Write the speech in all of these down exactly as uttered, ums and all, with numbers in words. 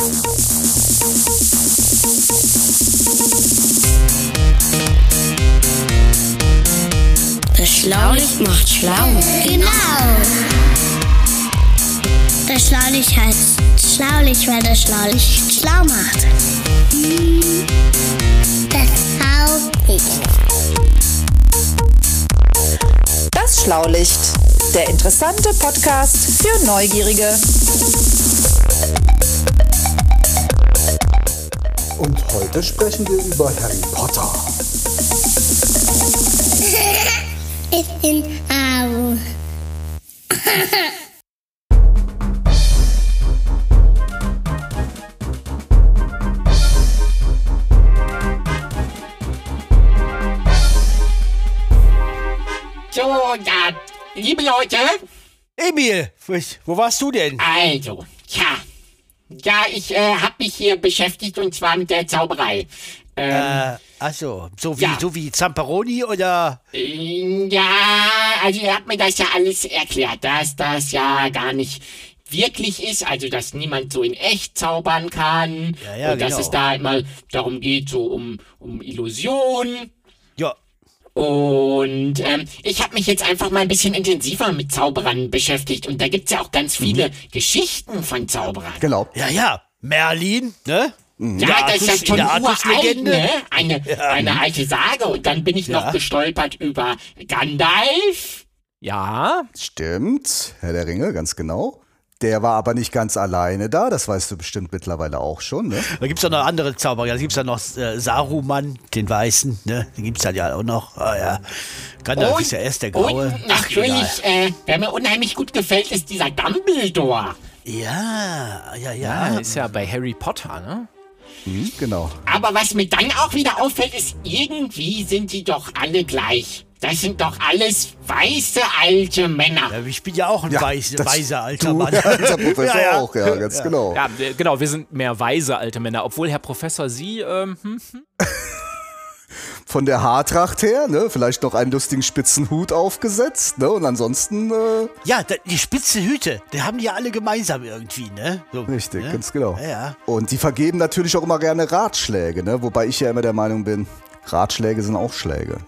Das Schlaulicht macht schlau. Genau. Das Schlaulicht heißt Schlaulicht, weil das Schlaulicht schlau macht. Das Schlaulicht. Das Schlaulicht, der interessante Podcast für Neugierige. Und heute sprechen wir über Harry Potter. Ich bin Au. So, ja, liebe Leute. Emil, wo warst du denn? Also, tja. Ja, ich äh, habe mich hier beschäftigt und zwar mit der Zauberei. Ähm, Äh, achso, so wie, ja. so wie Zamperoni oder? äh, ja, also ihr habt mir das ja alles erklärt, dass das ja gar nicht wirklich ist, also dass niemand so in echt zaubern kann. Ja, ja, und dass genau. es da halt mal darum geht, so um, um Illusion. Ja. Und ähm, ich habe mich jetzt einfach mal ein bisschen intensiver mit Zauberern beschäftigt. Und da gibt's ja auch ganz viele Geschichten von Zauberern. Genau. Ja, ja. Merlin, ne? Ja, das ist ja Artus- schon in der uralt, Artus-Legende. ne? Eine, Ja. eine alte Sage. Und dann bin ich Ja. noch gestolpert über Gandalf. Ja, Stimmt, Herr der Ringe, ganz genau. Der war aber nicht ganz alleine da, das weißt du bestimmt mittlerweile auch schon, ne? Da gibt's ja noch andere Zauberer. Da gibt's ja noch äh, Saruman, den Weißen, ne? Den gibt's dann ja auch noch. Ah, ja. Gandalf ist ja erst der Graue. Und natürlich, äh, wer mir unheimlich gut gefällt, ist dieser Dumbledore. Ja, ja, ja, ja. ist ja bei Harry Potter, ne? Mhm, genau. Aber was mir dann auch wieder auffällt, ist, irgendwie sind die doch alle gleich. Das sind doch alles weiße alte Männer. Ja, ich bin ja auch ein Ja, weiß, das- weiser alter Du, Mann. ja, der Professor Ja, ja. auch, ja, ganz genau. Ja, wir- genau, wir sind mehr weise alte Männer, obwohl Herr Professor Sie, ähm, hm, Von der Haartracht her, ne? Vielleicht noch einen lustigen spitzen Hut aufgesetzt, ne? Und ansonsten, äh, Ja, da, die spitze Hüte, die haben die ja alle gemeinsam irgendwie, ne? So, richtig, ne? ganz genau. Ja, ja. Und die vergeben natürlich auch immer gerne Ratschläge, ne? Wobei ich ja immer der Meinung bin, Ratschläge sind auch Schläge.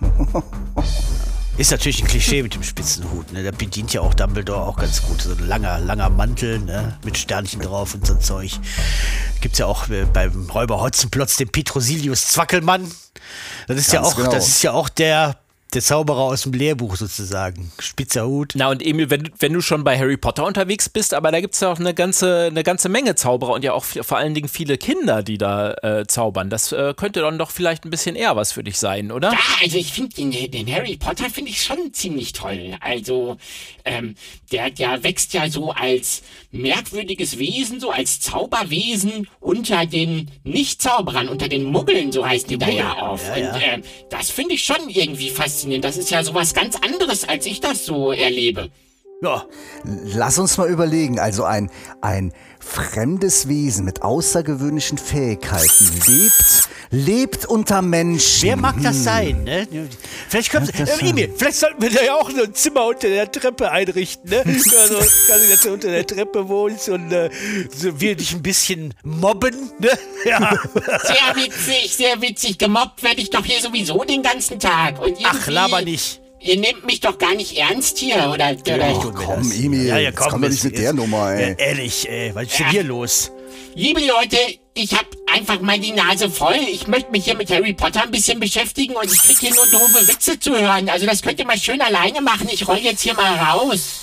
Ist natürlich ein Klischee mit dem Spitzenhut, ne? Da bedient ja auch Dumbledore auch ganz gut. So ein langer, langer Mantel, ne? Mit Sternchen drauf und so ein Zeug. Gibt's ja auch äh, beim Räuber Hotzenplotz den Petrosilius Zwackelmann. Das ist ja Ganz auch, genau. das ist ja auch der, der Zauberer aus dem Lehrbuch sozusagen. Spitzer Hut. Na und Emil, wenn, wenn du schon bei Harry Potter unterwegs bist, aber da gibt es ja auch eine ganze, eine ganze Menge Zauberer und ja auch v- vor allen Dingen viele Kinder, die da äh, zaubern. Das äh, könnte dann doch vielleicht ein bisschen eher was für dich sein, oder? Ja, also ich finde den, den Harry Potter finde ich schon ziemlich toll. Also ähm, der, der wächst ja so als merkwürdiges Wesen, so als Zauberwesen unter den Nicht-Zauberern, unter den Muggeln, so heißt die da ja auf. Ja, ja. Und ähm, das finde ich schon irgendwie faszinierend. Das ist ja sowas ganz anderes, als ich das so erlebe. Ja, Lass uns mal überlegen, also ein, ein fremdes Wesen mit außergewöhnlichen Fähigkeiten lebt, lebt unter Menschen. wer mag das sein, ne? Vielleicht kommt, das äh, sein? Emil, vielleicht sollten wir da ja auch so ein Zimmer unter der Treppe einrichten, ne? Also, quasi, dass du unter der Treppe wohnst und äh, so wir dich ein bisschen mobben, ne? Ja. Sehr witzig, sehr witzig. Gemobbt werde ich doch hier sowieso den ganzen Tag. Und Ach, irgendwie- laber nicht. Ihr nehmt mich doch gar nicht ernst hier, oder? oder tun wir komm, das. Emil, ja, ja, jetzt komm, komm doch jetzt- nicht mit der jetzt- Nummer, ey. Ja, ehrlich, ey, was ist denn Ja. hier los? Liebe Leute, ich hab einfach mal die Nase voll. Ich möchte mich hier mit Harry Potter ein bisschen beschäftigen und ich krieg hier nur doofe Witze zu hören. Also das könnt ihr mal schön alleine machen. Ich roll jetzt hier mal raus.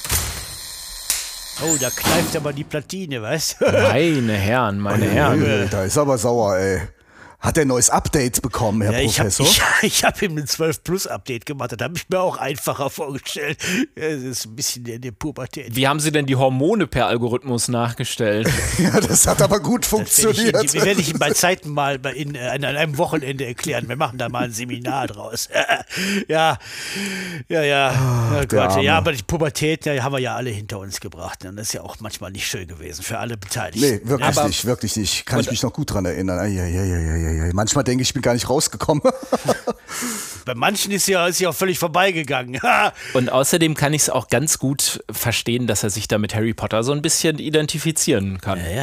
Oh, da kneift aber die Platine, weißt du? Meine Herren, meine Herren. Äh, Da ist aber sauer, ey. Hat er ein neues Update bekommen, Herr Ja, ich habe Professor? ich, ich hab ihm ein zwölf Plus Update gemacht. Das habe ich mir auch einfacher vorgestellt. Ja, das ist ein bisschen in der Pubertät. Wie haben Sie denn die Hormone per Algorithmus nachgestellt? Ja, das hat aber gut Das werde ich, funktioniert. Ihnen- werde ich Ihnen bei Zeiten mal bei in, äh, an einem Wochenende erklären. Wir machen da mal ein Seminar draus. ja, ja, ja. Oh der Gott. Arme. Ja, aber die Pubertät ja, haben wir ja alle hinter uns gebracht. Und das ist ja auch manchmal nicht schön gewesen für alle Beteiligten. Nee, wirklich Aber- nicht, wirklich nicht. Kann ich mich noch gut dran erinnern. Ai, ai, ai, ai, ai, ai. Manchmal denke ich, ich bin gar nicht rausgekommen. Bei manchen ist ja, ist ja auch völlig vorbeigegangen. Und außerdem kann ich es auch ganz gut verstehen, dass er sich da mit Harry Potter so ein bisschen identifizieren kann. Ja, ja,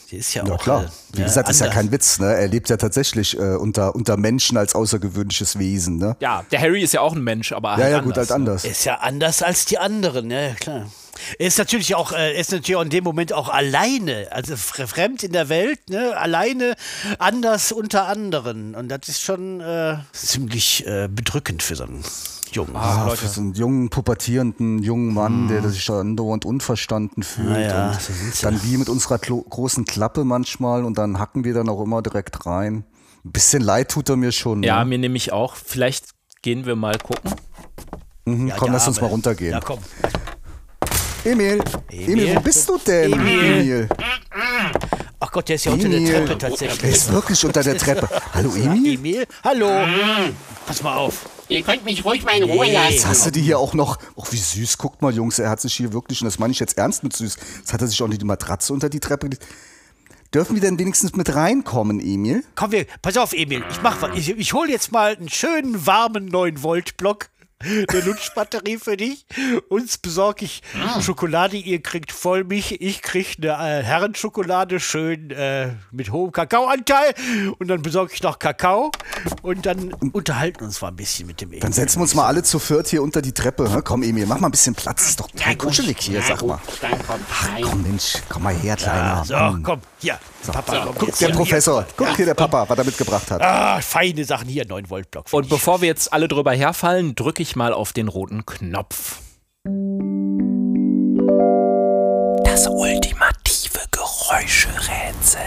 Die ist ja, Ja auch. klar, Äh, wie gesagt, ist ja anders. kein Witz, ne? Er lebt ja tatsächlich äh, unter, unter Menschen als außergewöhnliches Wesen, ne? Ja, der Harry ist ja auch ein Mensch, aber halt Ja, ja, anders, gut, halt ne? anders. Ist ja anders als die anderen, ja, klar. Er ist natürlich auch, äh, er ist natürlich auch in dem Moment auch alleine, also fre- fremd in der Welt, ne? Alleine, anders unter anderen. Und das ist schon äh, ziemlich äh, bedrückend für so einen Jungen. Ah, für so einen jungen, pubertierenden jungen Mann, der sich da andauernd unverstanden fühlt. ja, und so sind's dann ja. wie mit unserer Klo großen Klappe manchmal und dann hacken wir dann auch immer direkt rein. Ein bisschen leid tut er mir schon. Ja, ne? mir nämlich auch. Vielleicht gehen wir mal gucken. Mhm, Ja, komm, der lass uns Arme. mal runtergehen. Ja, komm. Emil, Emil, wo bist du denn? Emil. Emil. Ach Gott, der ist ja unter der Emil. Treppe tatsächlich. Er ist wirklich unter der Treppe. Hallo Emil? Emil? Hallo. Pass mal auf. Ihr könnt mich ruhig mal in Ruhe Nee. lassen. Jetzt hast du die hier auch noch. Ach, wie süß. Guckt mal, Jungs, er hat sich hier wirklich, und das meine ich jetzt ernst mit süß, jetzt hat er sich auch nicht die Matratze unter die Treppe gelegt. Dürfen wir denn wenigstens mit reinkommen, Emil? Komm, wir, pass auf, Emil. Ich mach was. Ich, ich hole jetzt mal einen schönen, warmen neun Volt Block. Eine Lutschbatterie für dich. Uns besorge ich Schokolade, ihr kriegt Vollmilch, ich krieg eine äh, Herrenschokolade, schön äh, mit hohem Kakaoanteil. Und dann besorge ich noch Kakao. Und dann unterhalten wir uns mal ein bisschen mit dem Emil. Dann setzen wir uns mal alle zu viert hier unter die Treppe. Hä? Komm, Emil, mach mal ein bisschen Platz. Ist doch Na total gut, kuschelig hier, na sag gut, mal. Dann kommt rein. Komm, Mensch, komm mal her, Kleiner. So, Mann. komm, hier. Papa, komm, Guck, jetzt der hier. Professor. Guck hier, der Papa, was er mitgebracht hat. Ah, feine Sachen hier, neun Volt Block. für Und dich. bevor wir jetzt alle drüber herfallen, drücke ich mal auf den roten Knopf. Das ultimative Geräuscherätsel.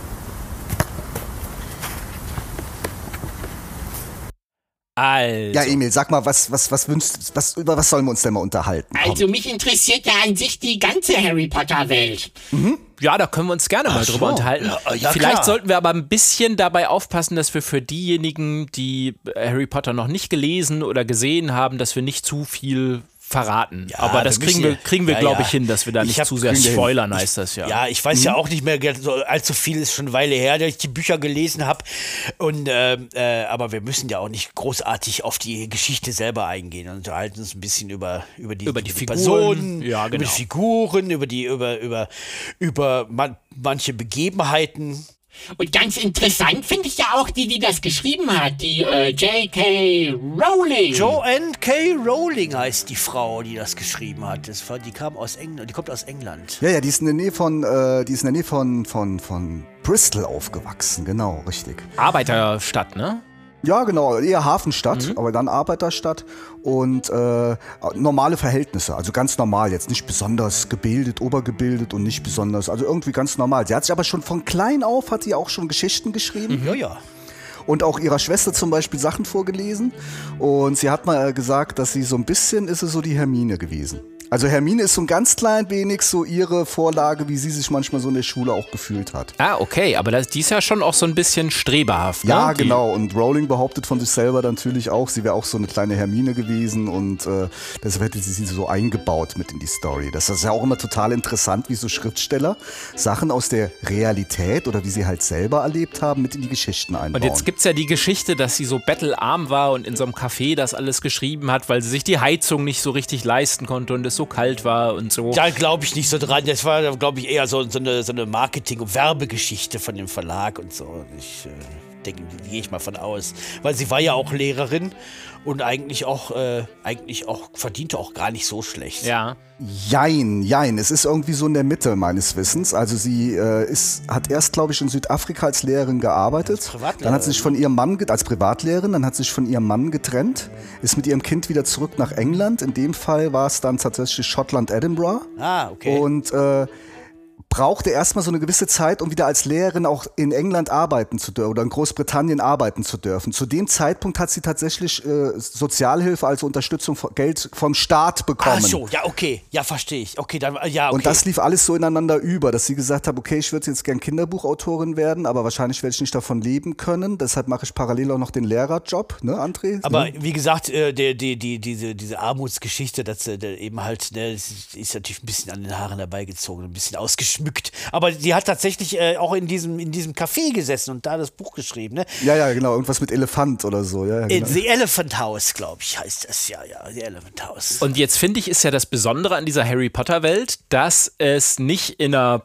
Also, Ja, Emil, sag mal, was, was, was wünschst, was, über was sollen wir uns denn mal unterhalten? Komm. Also mich interessiert ja an sich die ganze Harry Potter Welt. ja, da können wir uns gerne mal drüber so. unterhalten. Ja, ja, Vielleicht klar. sollten wir aber ein bisschen dabei aufpassen, dass wir für diejenigen, die Harry Potter noch nicht gelesen oder gesehen haben, dass wir nicht zu viel verraten. Ja, aber das wir kriegen müssen wir, ja- kriegen wir ja, glaube ja. ich, hin, dass wir da Ich nicht hab- zu sehr kriegen wir hin. spoilern, heißt das ja. Ja, ich weiß ja auch nicht mehr so allzu viel, ist schon eine Weile her, dass ich die Bücher gelesen habe. Und ähm, äh, aber wir müssen ja auch nicht großartig auf die Geschichte selber eingehen und unterhalten uns ein bisschen über über die, Über die Figuren. Personen, Ja, über die genau. Figuren, über die über über über man, manche Begebenheiten. Und ganz interessant finde ich ja auch die, die das geschrieben hat, die äh, J K. Rowling. Joanne K. Rowling heißt die Frau, die das geschrieben hat. Das war, die kam aus England, die kommt aus England. Ja, ja, die ist in der Nähe von, äh, die ist in der Nähe von, von, von Bristol aufgewachsen, genau, richtig. Arbeiterstadt, ne? Ja, genau, eher Hafenstadt, Mhm. aber dann Arbeiterstadt und äh, normale Verhältnisse, also ganz normal, jetzt nicht besonders gebildet, obergebildet und nicht besonders, also irgendwie ganz normal. Sie hat sich aber schon von klein auf, hat sie auch schon Geschichten geschrieben. Ja, ja. Und auch ihrer Schwester zum Beispiel Sachen vorgelesen. Und sie hat mal gesagt, dass sie so ein bisschen, ist sie so die Hermine gewesen. Also Hermine ist so ein ganz klein wenig so ihre Vorlage, wie sie sich manchmal so in der Schule auch gefühlt hat. Ah, okay, aber das, die ist ja schon auch so ein bisschen streberhaft, ne? Ja, Die- genau. Und Rowling behauptet von sich selber natürlich auch, sie wäre auch so eine kleine Hermine gewesen und äh, deshalb hätte sie sie so eingebaut mit in die Story. Das ist ja auch immer total interessant, wie so Schriftsteller Sachen aus der Realität oder wie sie halt selber erlebt haben, mit in die Geschichten einbauen. Und jetzt gibt's ja die Geschichte, dass sie so bettelarm war und in so einem Café das alles geschrieben hat, weil sie sich die Heizung nicht so richtig leisten konnte und es so kalt war und so. Da glaube ich nicht so dran. Das war, glaube ich, eher so, so eine, so eine Marketing- und Werbegeschichte von dem Verlag und so. Ich äh, denke, gehe ich mal von aus. Weil sie war ja auch Lehrerin und eigentlich auch, äh, eigentlich auch verdiente auch gar nicht so schlecht. Ja. Jein, jein. Es ist irgendwie so in der Mitte meines Wissens. Also sie äh, ist, hat erst, glaube ich, in Südafrika als Lehrerin gearbeitet. Als Privatlehrerin. Dann hat sie sich von ihrem Mann, ge- als Privatlehrerin, dann hat sie sich von ihrem Mann getrennt, ist mit ihrem Kind wieder zurück nach England. In dem Fall war es dann tatsächlich Schottland, Edinburgh. Ah, okay. Und äh, brauchte erstmal so eine gewisse Zeit, um wieder als Lehrerin auch in England arbeiten zu dürfen oder in Großbritannien arbeiten zu dürfen. Zu dem Zeitpunkt hat sie tatsächlich äh, Sozialhilfe, also Unterstützung, von- Geld vom Staat bekommen. Ach so, ja, okay. Ja, verstehe ich. Okay, dann, ja, okay. Und das lief alles so ineinander über, dass sie gesagt hat, okay, ich würde jetzt gern Kinderbuchautorin werden, aber wahrscheinlich werde ich nicht davon leben können. Deshalb mache ich parallel auch noch den Lehrerjob, ne, André? Aber Ne? wie gesagt, äh, die, die, die, diese, diese Armutsgeschichte, das äh, der eben halt, ne, das ist, ist natürlich ein bisschen an den Haaren herbeigezogen, ein bisschen ausgeschmückt. Aber sie hat tatsächlich äh, auch in diesem, in diesem Café gesessen und da das Buch geschrieben. Ne? Ja, ja, genau, irgendwas mit Elefant oder so. Ja, ja, In genau. The Elephant House, glaube ich, heißt das. Ja, ja, The Elephant House. Und jetzt finde ich, ist ja das Besondere an dieser Harry Potter Welt, dass es nicht in einer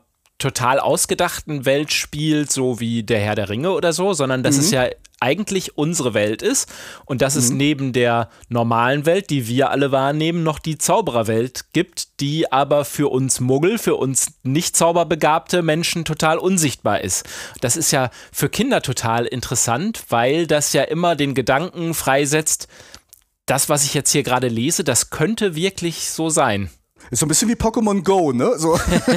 total ausgedachten Welt spielt, so wie der Herr der Ringe oder so, sondern dass mhm. es ja eigentlich unsere Welt ist und dass mhm. es neben der normalen Welt, die wir alle wahrnehmen, noch die Zaubererwelt gibt, die aber für uns Muggel, für uns nicht zauberbegabte Menschen total unsichtbar ist. Das ist ja für Kinder total interessant, weil das ja immer den Gedanken freisetzt, das, was ich jetzt hier gerade lese, das könnte wirklich so sein. Ist so ein bisschen wie Pokémon Go, ne? So.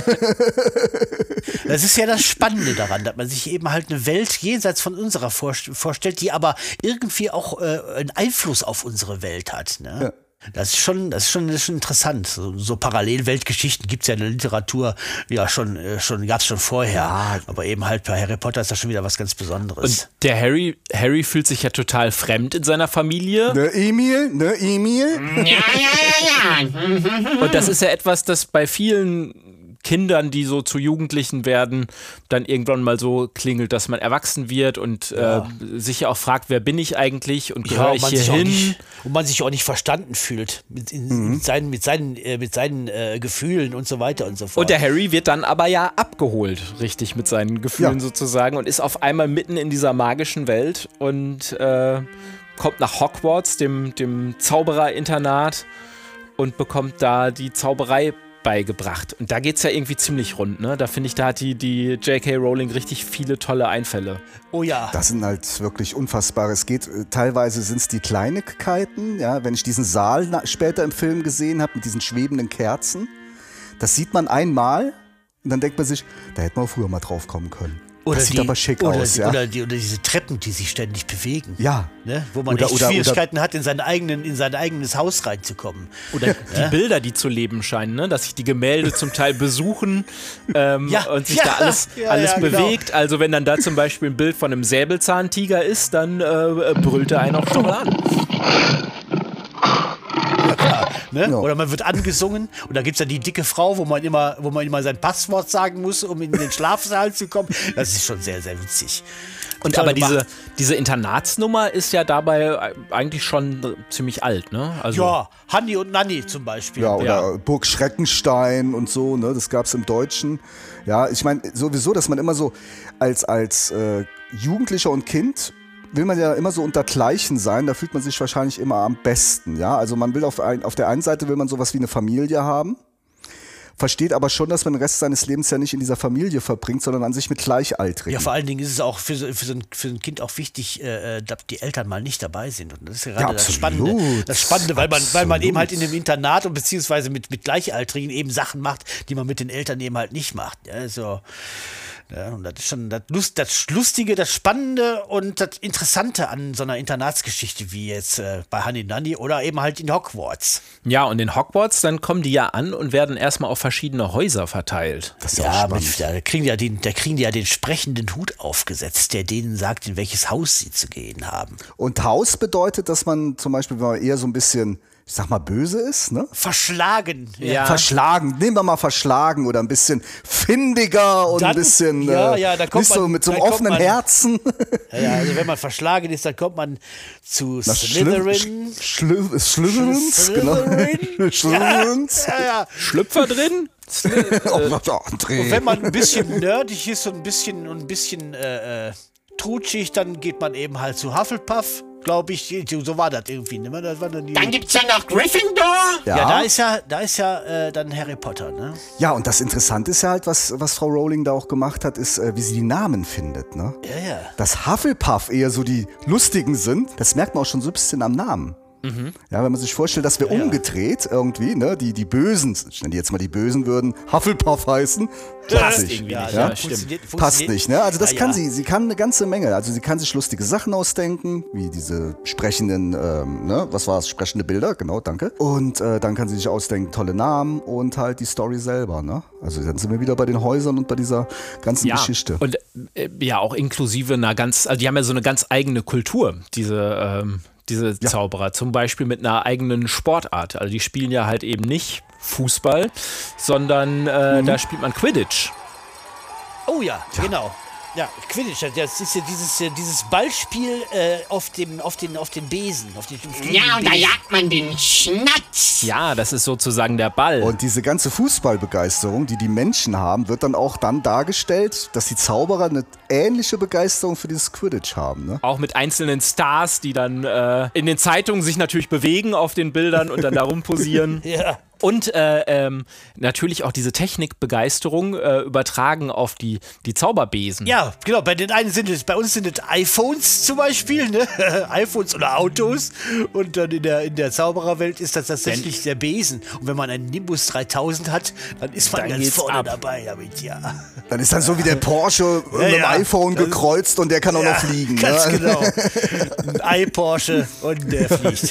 Das ist ja das Spannende daran, dass man sich eben halt eine Welt jenseits von unserer vorstellt, die aber irgendwie auch äh, einen Einfluss auf unsere Welt hat, ne? Ja. Das ist schon, das ist schon, das ist schon interessant. So, so Parallelweltgeschichten gibt es ja in der Literatur ja schon, schon gab es schon vorher. Ja. Aber eben halt bei Harry Potter ist das schon wieder was ganz Besonderes. Und der Harry, Harry fühlt sich ja total fremd in seiner Familie. Ne, Emil? Ne, Emil? Ja, ja, ja, ja. Und das ist ja etwas, das bei vielen Kindern, die so zu Jugendlichen werden, dann irgendwann mal so klingelt, dass man erwachsen wird und ja. äh, sich ja auch fragt, wer bin ich eigentlich und gehöre ja, ich hier hin? Nicht, und man sich auch nicht verstanden fühlt mit, in, mhm. mit seinen, mit seinen, äh, mit seinen äh, Gefühlen und so weiter und so fort. Und der Harry wird dann aber ja abgeholt, richtig, mit seinen Gefühlen ja. sozusagen und ist auf einmal mitten in dieser magischen Welt und äh, kommt nach Hogwarts, dem, dem Zaubererinternat und bekommt da die Zauberei beigebracht. Und da geht es ja irgendwie ziemlich rund, ne? Da finde ich, da hat die, die J K. Rowling richtig viele tolle Einfälle. Oh ja. Das sind halt wirklich unfassbar. Es geht, äh, teilweise sind es die Kleinigkeiten, ja, wenn ich diesen Saal na- später im Film gesehen habe, mit diesen schwebenden Kerzen, das sieht man einmal und dann denkt man sich, da hätte man auch früher mal drauf kommen können. Oder das sieht die, aber schick oder aus, die, ja. Oder, die, oder diese Treppen, die sich ständig bewegen. Ja. Ne? Wo man oder, echt oder, Schwierigkeiten oder, hat, in, seinen eigenen, in sein eigenes Haus reinzukommen. Oder die ja? Bilder, die zu leben scheinen, ne? Dass sich die Gemälde zum Teil besuchen ähm, ja. und sich ja. da alles, ja, alles ja, bewegt. Genau. Also wenn dann da zum Beispiel ein Bild von einem Säbelzahntiger ist, dann äh, brüllt er einen auch schon mal an. Ja, klar. Ne? No. Oder man wird angesungen und da gibt es dann die dicke Frau, wo man, immer, wo man immer sein Passwort sagen muss, um in den Schlafsaal zu kommen. Das ist schon sehr, sehr witzig. Und Toll aber gemacht. diese, diese Internatsnummer ist ja dabei eigentlich schon ziemlich alt, ne? Also Ja, Hanni und Nanni zum Beispiel. Ja, oder Ja. Burg Schreckenstein und so, ne? Das gab es im Deutschen. Ja, ich meine sowieso, dass man immer so als, als äh, Jugendlicher und Kind will man ja immer so unter Gleichen sein, da fühlt man sich wahrscheinlich immer am besten, ja. Also man will auf, ein, auf der einen Seite will man sowas wie eine Familie haben, versteht aber schon, dass man den Rest seines Lebens ja nicht in dieser Familie verbringt, sondern an sich mit Gleichaltrigen. Ja, vor allen Dingen ist es auch für so, für so, ein, für so ein Kind auch wichtig, äh, dass die Eltern mal nicht dabei sind. Und das ist ja gerade Ja, das absolut. Spannende, das Spannende weil, man, weil man Absolut. eben halt in dem Internat und beziehungsweise mit, mit Gleichaltrigen eben Sachen macht, die man mit den Eltern eben halt nicht macht. Ja, also, ja, und das ist schon das, Lust, das Lustige, das Spannende und das Interessante an so einer Internatsgeschichte wie jetzt äh, bei Hanni Nanni oder eben halt in Hogwarts. Ja, und in Hogwarts, dann kommen die ja an und werden erstmal auf verschiedene Häuser verteilt. Das ist ja, Ja, auch spannend. mit, da, kriegen die ja den, da kriegen die ja den sprechenden Hut aufgesetzt, der denen sagt, in welches Haus sie zu gehen haben. Und Haus bedeutet, dass man zum Beispiel, wenn man eher so ein bisschen, ich sag mal, böse ist, ne? Verschlagen. Ja. Verschlagen, nehmen wir mal verschlagen oder ein bisschen findiger und Dann- ein bisschen ja, äh, ja, da kommt nicht so man- mit so einem da kommt offenen man- Herzen. Ja, ja, also wenn man verschlagen ist, dann kommt man zu Na, Slytherin. Schli- Schli- Slytherins, genau. Slytherin. Slytherins. Ja, ja. Schlüpfer drin? Oh, André. Und wenn man ein bisschen nerdig ist und ein bisschen, und ein bisschen äh, äh, trutschig, dann geht man eben halt zu Hufflepuff, glaube ich. So war das irgendwie. Ne? Das war dann die, Dann gibt's ja noch Gryffindor. ja, Ja. da ist ja, da ist ja äh, dann Harry Potter, ne? Ja, und das Interessante ist ja halt, was, was Frau Rowling da auch gemacht hat, ist, äh, wie sie die Namen findet. Ne? Ja, ja. Dass Hufflepuff eher so die Lustigen sind, das merkt man auch schon so ein bisschen am Namen. Ja, wenn man sich vorstellt, dass wir Ja, ja. umgedreht irgendwie, ne, die, die Bösen, ich nenne die jetzt mal die Bösen, würden Hufflepuff heißen. Passt nicht. irgendwie Ja, nicht. ja, Ja, funktioniert- stimmt. funktioniert- Passt nicht, ne? Also das Ja, kann ja. sie. Sie kann eine ganze Menge. Also sie kann sich lustige Sachen ausdenken, wie diese sprechenden, ähm, ne, was war es, sprechende Bilder, genau, danke. Und äh, dann kann sie sich ausdenken, tolle Namen und halt die Story selber, ne? Also dann sind wir wieder bei den Häusern und bei dieser ganzen Ja, Geschichte. und äh, ja, auch inklusive einer ganz, also die haben ja so eine ganz eigene Kultur, diese, ähm, diese Zauberer, zum Beispiel mit einer eigenen Sportart. Also die spielen ja halt eben nicht Fußball, sondern äh, Mhm. da spielt man Quidditch. Oh ja, genau. Ja, Quidditch, das ist ja dieses, äh, dieses Ballspiel äh, auf, dem, auf, den, auf den Besen. Auf den Ja, und da Besen. jagt man den Schnatz. Ja, das ist sozusagen der Ball. Und diese ganze Fußballbegeisterung, die die Menschen haben, wird dann auch dann dargestellt, dass die Zauberer eine ähnliche Begeisterung für dieses Quidditch haben. Ne? Auch mit einzelnen Stars, die dann äh, in den Zeitungen sich natürlich bewegen auf den Bildern und dann da rumposieren. Ja. Und äh, ähm, natürlich auch diese Technikbegeisterung äh, übertragen auf die, die Zauberbesen. Ja, genau. Bei den einen sind es, bei uns sind es iPhones zum Beispiel, ne? iPhones oder Autos. Und dann in der, in der Zaubererwelt ist das tatsächlich der Besen. Und wenn man einen Nimbus dreitausend hat, dann ist man Dann ganz geht's vorne ab. dabei damit, ja. Dann ist dann so wie der Porsche mit dem ja. iPhone Das- gekreuzt und der kann auch Ja, noch fliegen. ganz ne? genau. Ein iPorsche und der fliegt.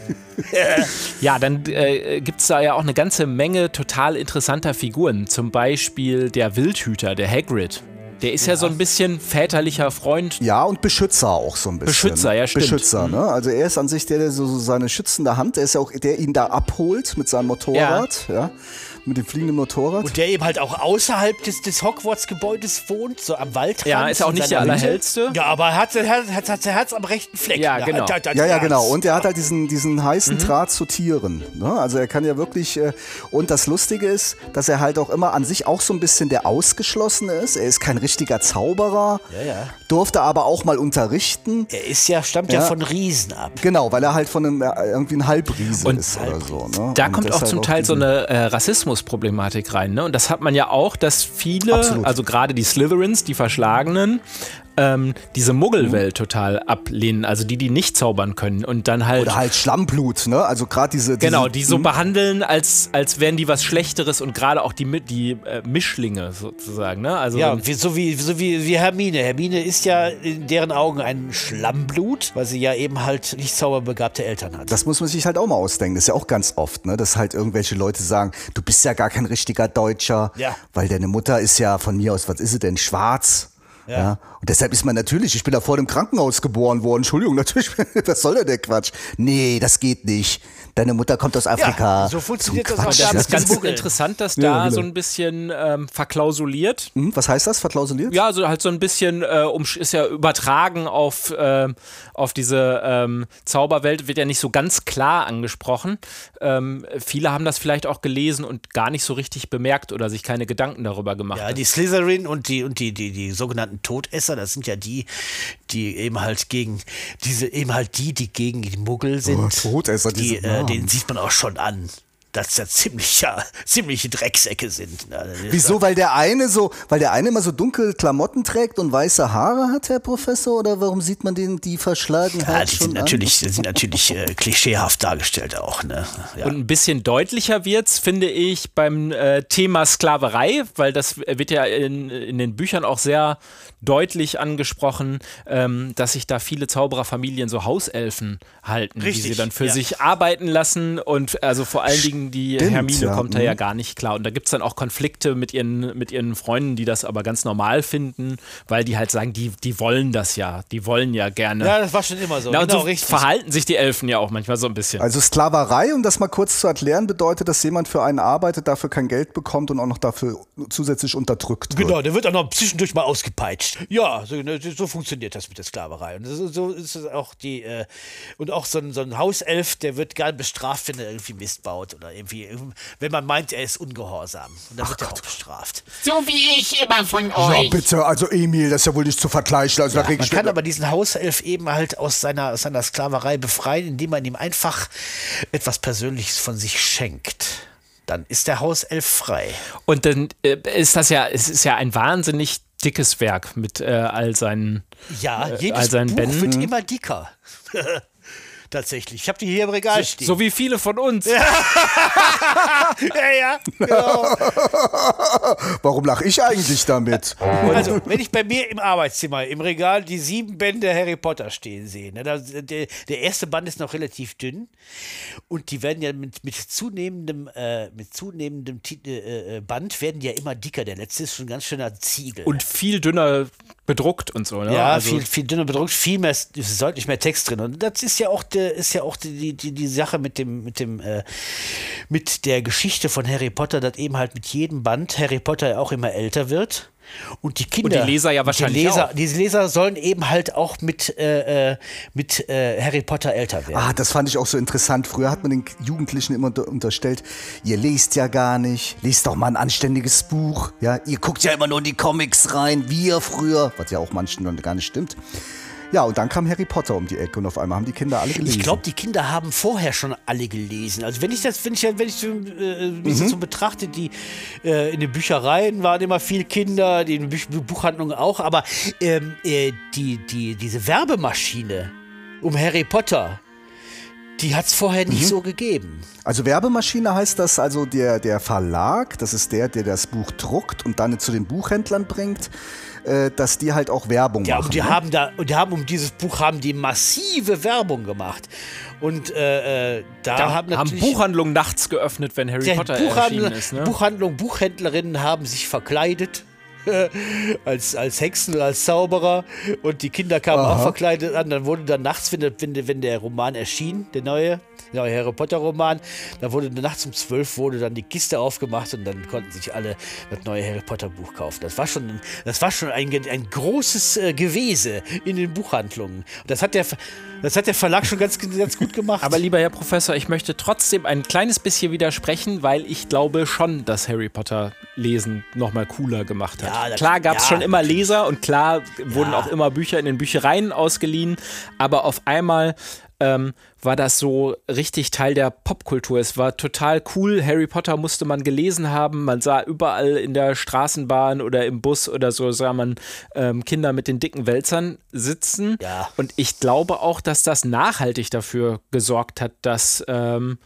Ja, dann äh, gibt es da ja auch eine ganze Menge total interessanter Figuren. Zum Beispiel der Wildhüter, der Hagrid. Der ist ja, ja so ein bisschen väterlicher Freund. Ja, und Beschützer auch so ein bisschen. Beschützer, ja, stimmt. Beschützer, ne? Also er ist an sich der, der so, so seine schützende Hand, der ist ja auch, der ihn da abholt mit seinem Motorrad, ja, ja mit dem fliegenden Motorrad. Und der eben halt auch außerhalb des, des Hogwarts-Gebäudes wohnt, so am Waldrand. Ja, ist auch in nicht der seiner Hütte. allerhellste. Ja, aber er hat, hat, hat, hat sein Herz am rechten Fleck. Ja, genau. Hat, hat, hat Ja, ja, Herz. genau. Und er hat halt diesen, diesen Mhm. heißen Draht zu Tieren. Ne? Also er kann ja wirklich, äh, und das Lustige ist, dass er halt auch immer an sich auch so ein bisschen der Ausgeschlossene ist. Er ist kein richtiger Zauberer, Ja, ja. durfte aber auch mal unterrichten. Er ist ja, stammt ja, Ja. von Riesen ab. Genau, weil er halt von einem, äh, irgendwie ein Halbriese Und ist oder so. Ne? Da Und kommt auch deshalb zum Teil so diesen- eine äh, Rassismusproblematik rein. Ne? Und das hat man ja auch, dass viele, Absolut. also gerade die Slytherins, die Verschlagenen, ähm, diese Muggelwelt total ablehnen. Also die, die nicht zaubern können. Und dann halt. Oder halt Schlammblut, ne? Also gerade diese, diese. Genau, die so hm? behandeln, als, als wären die was Schlechteres und gerade auch die, Mi- die äh, Mischlinge sozusagen. Ne? Also Ja, wie, so, wie, so wie, wie Hermine. Hermine ist ja in deren Augen ein Schlammblut, weil sie ja eben halt nicht zauberbegabte Eltern hat. Das muss man sich halt auch mal ausdenken. Das ist ja auch ganz oft, ne? Dass halt irgendwelche Leute sagen, du bist ja gar kein richtiger Deutscher, Ja. weil deine Mutter ist ja von mir aus, was ist sie denn, schwarz? Ja. ja. Und deshalb ist man natürlich, ich bin da vor dem Krankenhaus geboren worden, Entschuldigung, natürlich, was soll denn der Quatsch? Nee, das geht nicht. Deine Mutter kommt aus Afrika. Ja, so funktioniert Zum das auch Quatsch. da das mit ist ganz Muggeln. interessant, dass Ja, da genau. so ein bisschen ähm, verklausuliert. Hm, was heißt das, verklausuliert? Ja, also halt so ein bisschen, äh, um, ist ja übertragen auf, äh, auf diese ähm, Zauberwelt, wird ja nicht so ganz klar angesprochen. Ähm, viele haben das vielleicht auch gelesen und gar nicht so richtig bemerkt oder sich keine Gedanken darüber gemacht. Ja, die Slytherin und die und die, die, die sogenannten Todesser, das sind ja die, die eben halt gegen diese, eben halt die, die gegen die Muggel sind. Oh, Todesser, die, diese äh, Namen. den sieht man auch schon an, dass das ziemlich, ja, ziemliche Drecksäcke sind. Ne? Das ist Wieso? Weil der eine so, weil der eine immer so dunkle Klamotten trägt und weiße Haare hat, Herr Professor? Oder warum sieht man den die Verschlagenheit Ja, die schon sind natürlich, die sind natürlich äh, klischeehaft dargestellt auch. Ne? Ja. Und ein bisschen deutlicher wird's, finde ich, beim äh, Thema Sklaverei, weil das wird ja in, in den Büchern auch sehr deutlich angesprochen, ähm, dass sich da viele Zaubererfamilien so Hauselfen halten, die Richtig, sie dann für ja. sich arbeiten lassen und also vor allen Dingen die Stimmt, Hermine ja, kommt da mhm. ja gar nicht klar. Und da gibt es dann auch Konflikte mit ihren, mit ihren Freunden, die das aber ganz normal finden, weil die halt sagen, die, die wollen das ja, die wollen ja gerne. ja, das war schon immer so. Na, und genau, so richtig. verhalten sich die Elfen ja auch manchmal so ein bisschen. Also Sklaverei, um das mal kurz zu erklären, bedeutet, dass jemand für einen arbeitet, dafür kein Geld bekommt und auch noch dafür zusätzlich unterdrückt wird. Genau, der wird auch noch zwischendurch mal ausgepeitscht. Ja, so, ne, so funktioniert das mit der Sklaverei. Und so, so ist es auch die, äh, und auch so ein, so ein Hauself, der wird gern bestraft, wenn er irgendwie Mist baut oder irgendwie, wenn man meint, er ist ungehorsam. Und dann wird er auch bestraft. So wie ich immer von Ja, euch. bitte, also Emil, das ist ja wohl nicht zu vergleichen. Also da krieg Man ich kann aber diesen Hauself eben halt aus seiner, aus seiner Sklaverei befreien, indem man ihm einfach etwas Persönliches von sich schenkt. Dann ist der Hauself frei. Und dann äh, ist das ja, es ist ja ein wahnsinnig dickes Werk mit äh, all seinen. Ja, Äh, jedes all seinen Buch Bänden. wird immer dicker. Tatsächlich. Ich habe die hier im Regal stehen. So wie viele von uns. ja, ja, genau. Warum lache ich eigentlich damit? Also, wenn ich bei mir im Arbeitszimmer im Regal die sieben Bände Harry Potter stehen sehe, ne, da, der, der erste Band ist noch relativ dünn und die werden ja mit, mit zunehmendem, äh, mit zunehmendem Ti- äh, äh, Band werden die ja immer dicker. Der letzte ist schon ein ganz schöner Ziegel. Und viel dünner bedruckt und so. Ne? ja, also, viel, viel dünner bedruckt, viel mehr, es ist deutlich mehr Text drin. Und das ist ja auch der, äh, ist ja auch die, die, die Sache mit dem, mit dem, äh, mit der Geschichte von Harry Potter, dass eben halt mit jedem Band Harry Potter ja auch immer älter wird. Und die Kinder, und die Leser ja wahrscheinlich die Leser, auch. Diese Leser sollen eben halt auch mit, äh, mit äh, Harry Potter älter werden. Ah, das fand ich auch so interessant. Früher hat man den Jugendlichen immer unter- unterstellt, ihr lest ja gar nicht, lest doch mal ein anständiges Buch. Ja, ihr guckt ja immer nur in die Comics rein, wir früher, was ja auch manchen noch gar nicht stimmt. Ja, und dann kam Harry Potter um die Ecke und auf einmal haben die Kinder alle gelesen. Ich glaube, die Kinder haben vorher schon alle gelesen. Also wenn ich das, wenn ich, wenn ich so, äh, ein bisschen Mhm. so betrachte, die äh, in den Büchereien waren immer viel Kinder, die in Buch- Buchhandlungen auch, aber ähm, äh, die, die, diese Werbemaschine um Harry Potter, die hat es vorher nicht Mhm. so gegeben. Also Werbemaschine heißt das, also der, der Verlag, das ist der, der das Buch druckt und dann zu den Buchhändlern bringt, äh, dass die halt auch Werbung Ja, machen. und die ne? haben da, und die haben um dieses Buch haben die massive Werbung gemacht. Und äh, äh, da, Da haben haben natürlich Buchhandlungen nachts geöffnet, wenn Harry der Potter Buchhandel, erschienen ist. Ne? Buchhandlung, Buchhändlerinnen haben sich verkleidet. als, als Hexen oder als Zauberer und die Kinder kamen Aha. auch verkleidet an. Dann wurde dann nachts, wenn der, wenn der, wenn der Roman erschien, der neue, der neue Harry Potter Roman, dann wurde nachts um zwölf wurde dann die Kiste aufgemacht und dann konnten sich alle das neue Harry Potter Buch kaufen. Das war schon, das war schon ein, ein großes äh, Gewese in den Buchhandlungen. Und das hat der, das hat der Verlag schon ganz, ganz gut gemacht. Aber lieber Herr Professor, ich möchte trotzdem ein kleines bisschen widersprechen, weil ich glaube schon, dass Harry Potter Lesen nochmal cooler gemacht hat. Ja, das- klar gab es ja, schon immer natürlich. Leser und klar wurden Ja. auch immer Bücher in den Büchereien ausgeliehen, aber auf einmal ähm, war das so richtig Teil der Popkultur. Es war total cool. Harry Potter musste man gelesen haben. Man sah überall in der Straßenbahn oder im Bus oder so, sah man ähm, Kinder mit den dicken Wälzern sitzen. Ja. Und ich glaube auch, dass das nachhaltig dafür gesorgt hat, dass ähm,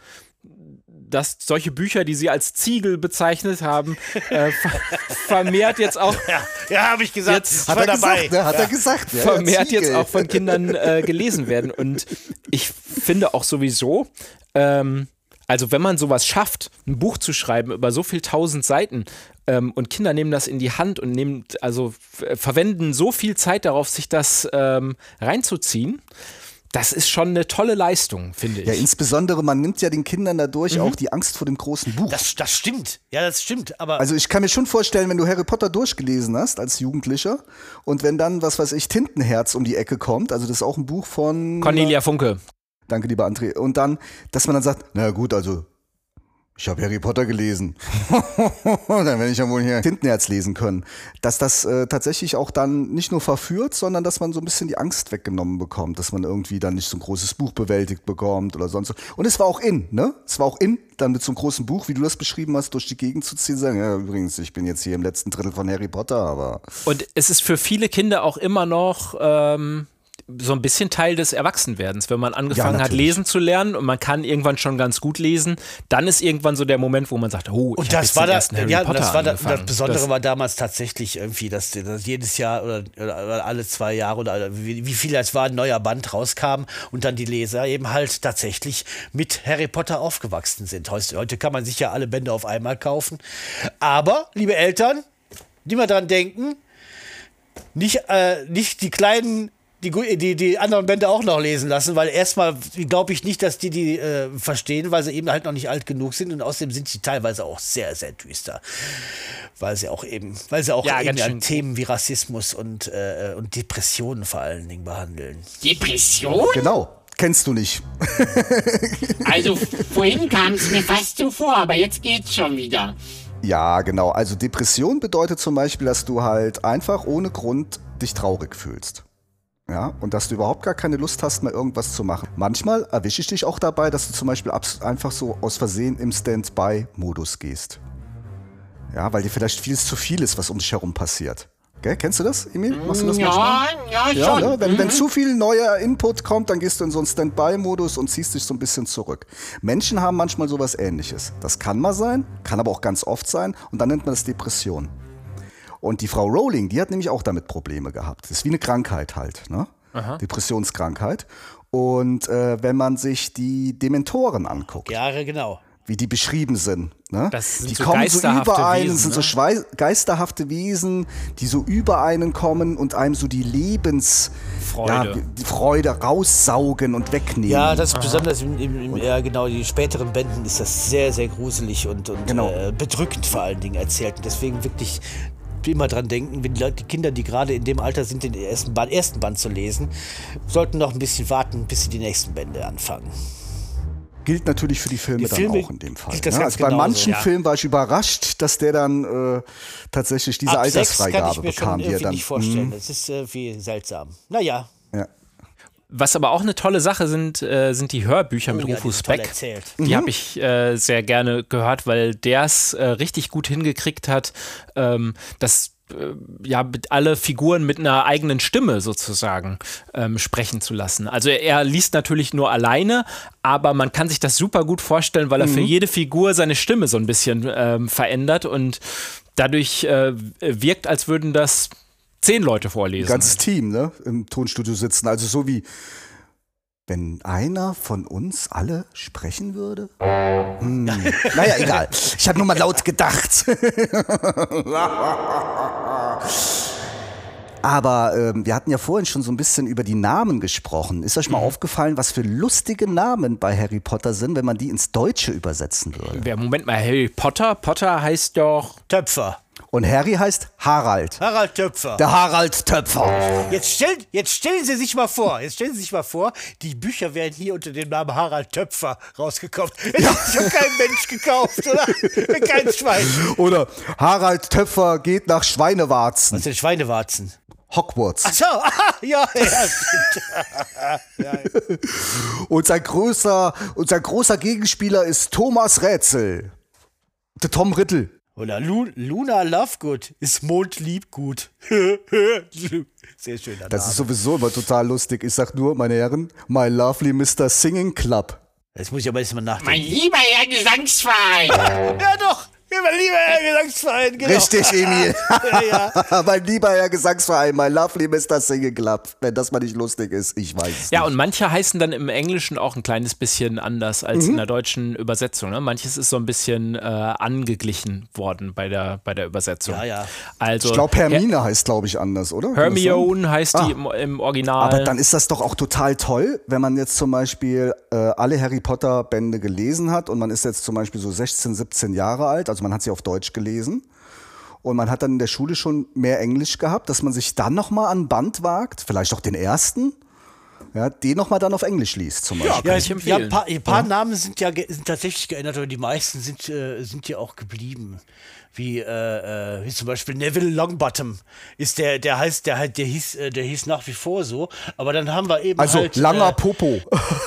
dass solche Bücher, die sie als Ziegel bezeichnet haben, äh, ver vermehrt jetzt auch ja, ja habe ich gesagt. Jetzt ich Hat war er dabei. gesagt, ne? Hat er gesagt. Ja, vermehrt Ziegel. jetzt auch von Kindern äh, gelesen werden. Und ich finde auch sowieso, ähm, also wenn man sowas schafft, ein Buch zu schreiben über so viel tausend Seiten ähm, und Kinder nehmen das in die Hand und nehmen, also f- verwenden so viel Zeit darauf, sich das ähm, reinzuziehen, das ist schon eine tolle Leistung, finde ich. Ja, insbesondere, man nimmt ja den Kindern dadurch auch die Angst vor dem großen Buch. Das, das stimmt. Ja, das stimmt. Aber Also ich kann mir schon vorstellen, wenn du Harry Potter durchgelesen hast als Jugendlicher und wenn dann, was weiß ich, Tintenherz um die Ecke kommt, also das ist auch ein Buch von... Cornelia Funke. Danke, lieber André. Und dann, dass man dann sagt, na gut, also ich habe Harry Potter gelesen. Dann werde ich ja wohl hier Tintenherz lesen können. Dass das äh, tatsächlich auch dann nicht nur verführt, sondern dass man so ein bisschen die Angst weggenommen bekommt, dass man irgendwie dann nicht so ein großes Buch bewältigt bekommt oder sonst so. Und es war auch in, ne? Es war auch in, dann mit so einem großen Buch, wie du das beschrieben hast, durch die Gegend zu ziehen, sagen, ja, übrigens, ich bin jetzt hier im letzten Drittel von Harry Potter, aber... Und es ist für viele Kinder auch immer noch ähm, so ein bisschen Teil des Erwachsenwerdens. Wenn man angefangen hat, natürlich. lesen zu lernen und man kann irgendwann schon ganz gut lesen, dann ist irgendwann so der Moment, wo man sagt, oh, ich Und hab das jetzt war den da, ersten Harry ja, Potter das war da, das angefangen. Besondere Das- war damals tatsächlich irgendwie, dass, dass jedes Jahr oder, oder alle zwei Jahre oder wie, wie viel es war, ein neuer Band rauskam und dann die Leser eben halt tatsächlich mit Harry Potter aufgewachsen sind. Heute, heute kann man sich ja alle Bände auf einmal kaufen. Aber, liebe Eltern, die mal dran denken, nicht, äh, nicht die kleinen Die, gu- die, die anderen Bände auch noch lesen lassen, weil erstmal glaube ich nicht, dass die die äh, verstehen, weil sie eben halt noch nicht alt genug sind und außerdem sind sie teilweise auch sehr, sehr düster. Weil sie auch eben, weil sie auch Ja, eben ganz ja schön. Themen wie Rassismus und, äh, und Depressionen vor allen Dingen behandeln. Depression? Genau, kennst du nicht. Also vorhin kam es mir fast so vor, aber jetzt geht's schon wieder. Ja, genau. Also Depression bedeutet zum Beispiel, dass du halt einfach ohne Grund dich traurig fühlst. Ja, und dass du überhaupt gar keine Lust hast, mehr irgendwas zu machen. Manchmal erwische ich dich auch dabei, dass du zum Beispiel abs- einfach so aus Versehen im Stand-by-Modus gehst. Ja, weil dir vielleicht vieles zu viel ist, was um dich herum passiert. Gell? Kennst du das, Emil? Machst du das manchmal? Ja, ja, Ja, schon. ne? wenn, Mhm. wenn zu viel neuer Input kommt, dann gehst du in so einen Stand-by-Modus und ziehst dich so ein bisschen zurück. Menschen haben manchmal sowas Ähnliches. Das kann mal sein, kann aber auch ganz oft sein und dann nennt man das Depression. Und die Frau Rowling, die hat nämlich auch damit Probleme gehabt. Das ist wie eine Krankheit halt, ne? Depressionskrankheit. Und äh, wenn man sich die Dementoren anguckt, Ja, genau. wie die beschrieben sind. Ne? Das sind die so kommen so geisterhafte über einen, Wesen, sind so ne? schwei- geisterhafte Wesen, die so über einen kommen und einem so die Lebensfreude Freude. ja, die Freude raussaugen und wegnehmen. Ja, das ist besonders im, im, im ja, genau, die späteren Bänden ist das sehr, sehr gruselig und, und Genau. äh, bedrückend vor allen Dingen erzählt. Und deswegen wirklich immer dran denken, wenn die, Leute, die Kinder, die gerade in dem Alter sind, den ersten Band, ersten Band zu lesen, sollten noch ein bisschen warten, bis sie die nächsten Bände anfangen. Gilt natürlich für die Filme, Die Filme dann auch in dem Fall. gilt das Ne? ganz Also bei genauso, manchen ja. Filmen war ich überrascht, dass der dann äh, tatsächlich diese Ab sechs kann Altersfreigabe ich mir bekam. schon Die er irgendwie dann, nicht vorstellen. Mhm. Das ist irgendwie seltsam. Naja. Ja. Was aber auch eine tolle Sache sind, äh, sind die Hörbücher mit Oh ja, die Rufus sind toll Beck. erzählt. Die habe ich äh, sehr gerne gehört, weil der es äh, richtig gut hingekriegt hat, ähm, dass äh, ja mit alle Figuren mit einer eigenen Stimme sozusagen ähm, sprechen zu lassen. Also er liest natürlich nur alleine, aber man kann sich das super gut vorstellen, weil er für jede Figur seine Stimme so ein bisschen ähm, verändert und dadurch äh, wirkt, als würden das zehn Leute vorlesen. Ganzes Team, ne, im Tonstudio sitzen. Also so wie, wenn einer von uns alle sprechen würde? Hm. Naja, egal. Ich habe nur mal laut gedacht. Aber ähm, wir hatten ja vorhin schon so ein bisschen über die Namen gesprochen. Ist euch mal aufgefallen, was für lustige Namen bei Harry Potter sind, wenn man die ins Deutsche übersetzen würde? Wer, Moment mal, Harry Potter? Potter heißt doch... Töpfer. Und Harry heißt Harald. Harald Töpfer. Der Harald Töpfer. Jetzt, stell, jetzt stellen Sie sich mal vor, jetzt stellen Sie sich mal vor, die Bücher werden hier unter dem Namen Harald Töpfer rausgekauft. Das hat schon kein Mensch gekauft, oder? Kein Schwein. Oder Harald Töpfer geht nach Schweinewarzen. Was sind Schweinewarzen? Hogwarts. Ach so, aha, ja, ja, stimmt. ja, ja. Und sein größer, und sein großer Gegenspieler ist Thomas Rätsel. Der Tom Riddle. Oder Lu Luna Lovegood ist Mondliebgut. Sehr schöner Das Name. ist sowieso immer total lustig. Ich sag nur, meine Herren, my lovely Mister Singing Club. Jetzt muss ich aber erstmal Mein nachdenken. lieber Herr Gesangsverein. Ja doch, mein lieber Herr Gesangsverein, genau. Richtig, Emil. Ja, ja. Mein lieber Herr Gesangsverein, my lovely Mister Singing Club. Wenn das mal nicht lustig ist, ich weiß es Ja, nicht. und manche heißen dann im Englischen auch ein kleines bisschen anders als in der deutschen Übersetzung. Ne? Manches ist so ein bisschen äh, angeglichen worden bei der, bei der Übersetzung. Ja, ja. Also, Ich glaube, Hermine heißt, glaube ich, anders, oder? Kann das sein? Hermione heißt Ah. die im, im Original. Aber dann ist das doch auch total toll, wenn man jetzt zum Beispiel äh, alle Harry Potter Bände gelesen hat und man ist jetzt zum Beispiel so sechzehn, siebzehn Jahre alt, also man hat sie auf Deutsch gelesen und man hat dann in der Schule schon mehr Englisch gehabt, dass man sich dann nochmal an ein Band wagt, vielleicht auch den ersten, ja, den nochmal dann auf Englisch liest zum Beispiel. Ja, ich ja, empfehlen. ein paar, ein paar Namen sind ja ge sind tatsächlich geändert, aber die meisten sind, äh, sind ja auch geblieben. Wie, äh, äh, wie zum Beispiel Neville Longbottom ist der, der heißt, der halt, der hieß, äh, der hieß nach wie vor so. Aber dann haben wir eben Also halt. langer äh, Popo.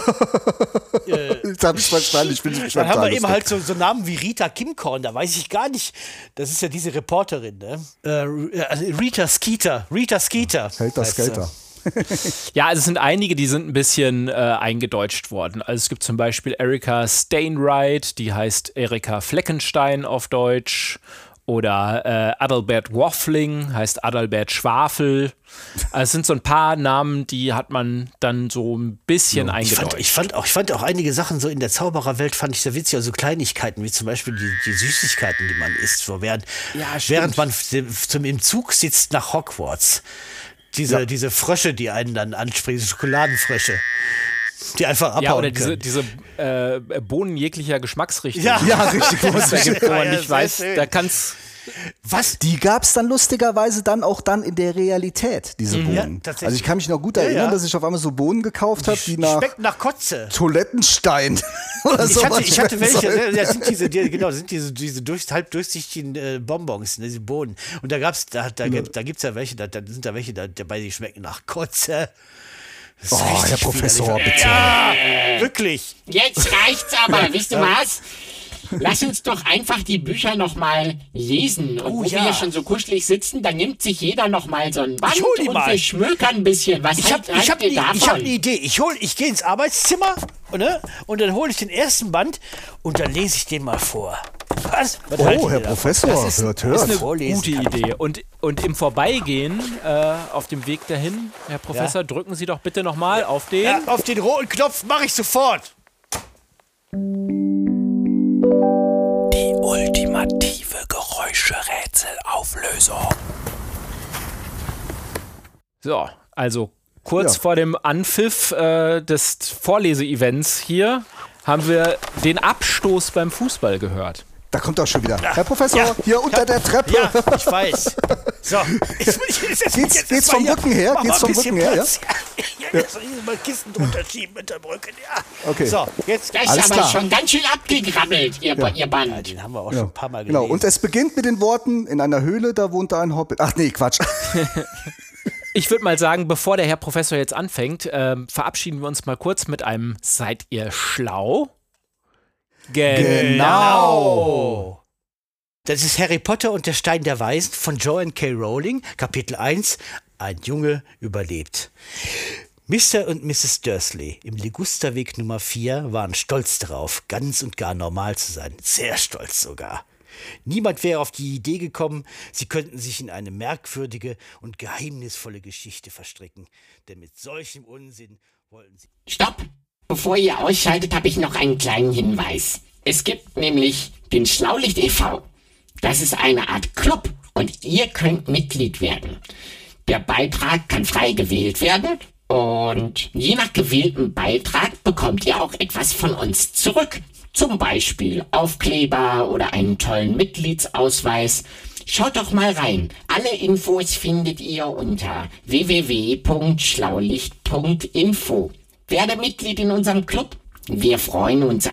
Jetzt hab ich verstanden, ich bin nicht Dann haben wir total eben lustig. halt so, so Namen wie Rita Kimcorn, da weiß ich gar nicht. Das ist ja diese Reporterin, ne? Äh, also Rita Skeeter. Rita Skeeter. Helter heißt sie. Skelter. Ja, also es sind einige, die sind ein bisschen äh, eingedeutscht worden. Also es gibt zum Beispiel Erika Stainwright, die heißt Erika Fleckenstein auf Deutsch. Oder äh, Adalbert Waffling heißt Adalbert Schwafel. Also es sind so ein paar Namen, die hat man dann so ein bisschen Ich eingedeutscht. fand, ich, fand auch, ich fand auch einige Sachen so in der Zaubererwelt fand ich sehr witzig, also Kleinigkeiten, wie zum Beispiel die, die Süßigkeiten, die man isst, so während, Ja, stimmt. während man f- zum, im Zug sitzt nach Hogwarts. Diese, Ja. diese Frösche, die einen dann ansprechen, diese Schokoladenfrösche, die einfach abhauen Ja, oder diese, können. diese äh, Bohnen jeglicher Geschmacksrichtung. Ja. Ja, richtig. die es da gibt, wo man Ja, ja, nicht sehr weiß, schön. da kann's. Was? Die gab es dann lustigerweise dann auch dann in der Realität, diese Bohnen. Ja, tatsächlich. Also ich kann mich noch gut Ja, erinnern, ja. dass ich auf einmal so Bohnen gekauft habe, die nach Schmeckt nach Kotze. Toilettenstein oder Ich so. hatte, ich hatte welche, ne? Das sind diese, die, genau, das sind diese, diese durch, halb durchsichtigen äh, Bonbons, ne, diese Bohnen. Und da gab's, da, da, da, da gibt's ja welche, da, da sind da welche da, dabei, die schmecken nach Kotze. Das ist Oh, richtig Herr Professor, widerlich. bitte. Ja, wirklich. Jetzt reicht's aber, wisst ihr was? Lass uns doch einfach die Bücher nochmal lesen. Und Oh, wo ja. wir hier schon so kuschelig sitzen, dann nimmt sich jeder nochmal so ein Band Ich hol die und mal. wir schmökern ein bisschen. Was Ich habe halt, ich hab ihr ne, davon? ich hab eine Idee. Ich, hol, ich gehe ins Arbeitszimmer, ne? Und dann hole ich den ersten Band und dann lese ich den mal vor. Was? Was halten Oh, Sie Herr davon? Professor, Das ist, hört, ist hört. eine Vorlesen gute kann. Idee. Und, und im Vorbeigehen, äh, auf dem Weg dahin, Herr Professor, drücken Sie doch bitte nochmal auf den. Ja, auf den roten Knopf mache ich sofort. Ultimative Geräuscherätselauflösung. So, also kurz Ja. vor dem Anpfiff äh, des Vorlese-Events hier haben wir den Abstoß beim Fußball gehört. Da kommt er schon wieder. Herr Professor, Ja. hier unter der Treppe. Ja, ich weiß. So, jetzt, jetzt, Geht's- geht's vom Rücken her? Geht's vom Rücken her, ja? Ja, jetzt mal Kissen drunter schieben mit dem Rücken, ja. Okay. So, jetzt. Das ist Alles aber klar. schon ganz schön abgegrabbelt, ihr, ihr Ja, Band. den haben wir auch Ja. schon ein paar Mal gelesen. Genau, und es beginnt mit den Worten, in einer Höhle, da wohnt da ein Hobbit. Ach nee, Quatsch. Ich würde mal sagen, bevor der Herr Professor jetzt anfängt, ähm, verabschieden wir uns mal kurz mit einem Seid ihr schlau? Genau. Das ist Harry Potter und der Stein der Weisen von Joanne K. Rowling, Kapitel eins, ein Junge überlebt. Mister und Misses Dursley im Ligusterweg Nummer vier waren stolz darauf, ganz und gar normal zu sein. Sehr stolz sogar. Niemand wäre auf die Idee gekommen, sie könnten sich in eine merkwürdige und geheimnisvolle Geschichte verstricken. Denn mit solchem Unsinn wollten sie... Stopp! Bevor ihr ausschaltet, habe ich noch einen kleinen Hinweis. Es gibt nämlich den Schlaulicht e V Das ist eine Art Club und ihr könnt Mitglied werden. Der Beitrag kann frei gewählt werden und je nach gewähltem Beitrag bekommt ihr auch etwas von uns zurück. Zum Beispiel Aufkleber oder einen tollen Mitgliedsausweis. Schaut doch mal rein. Alle Infos findet ihr unter w w w punkt schlaulicht punkt info. Werde Mitglied in unserem Club. Wir freuen uns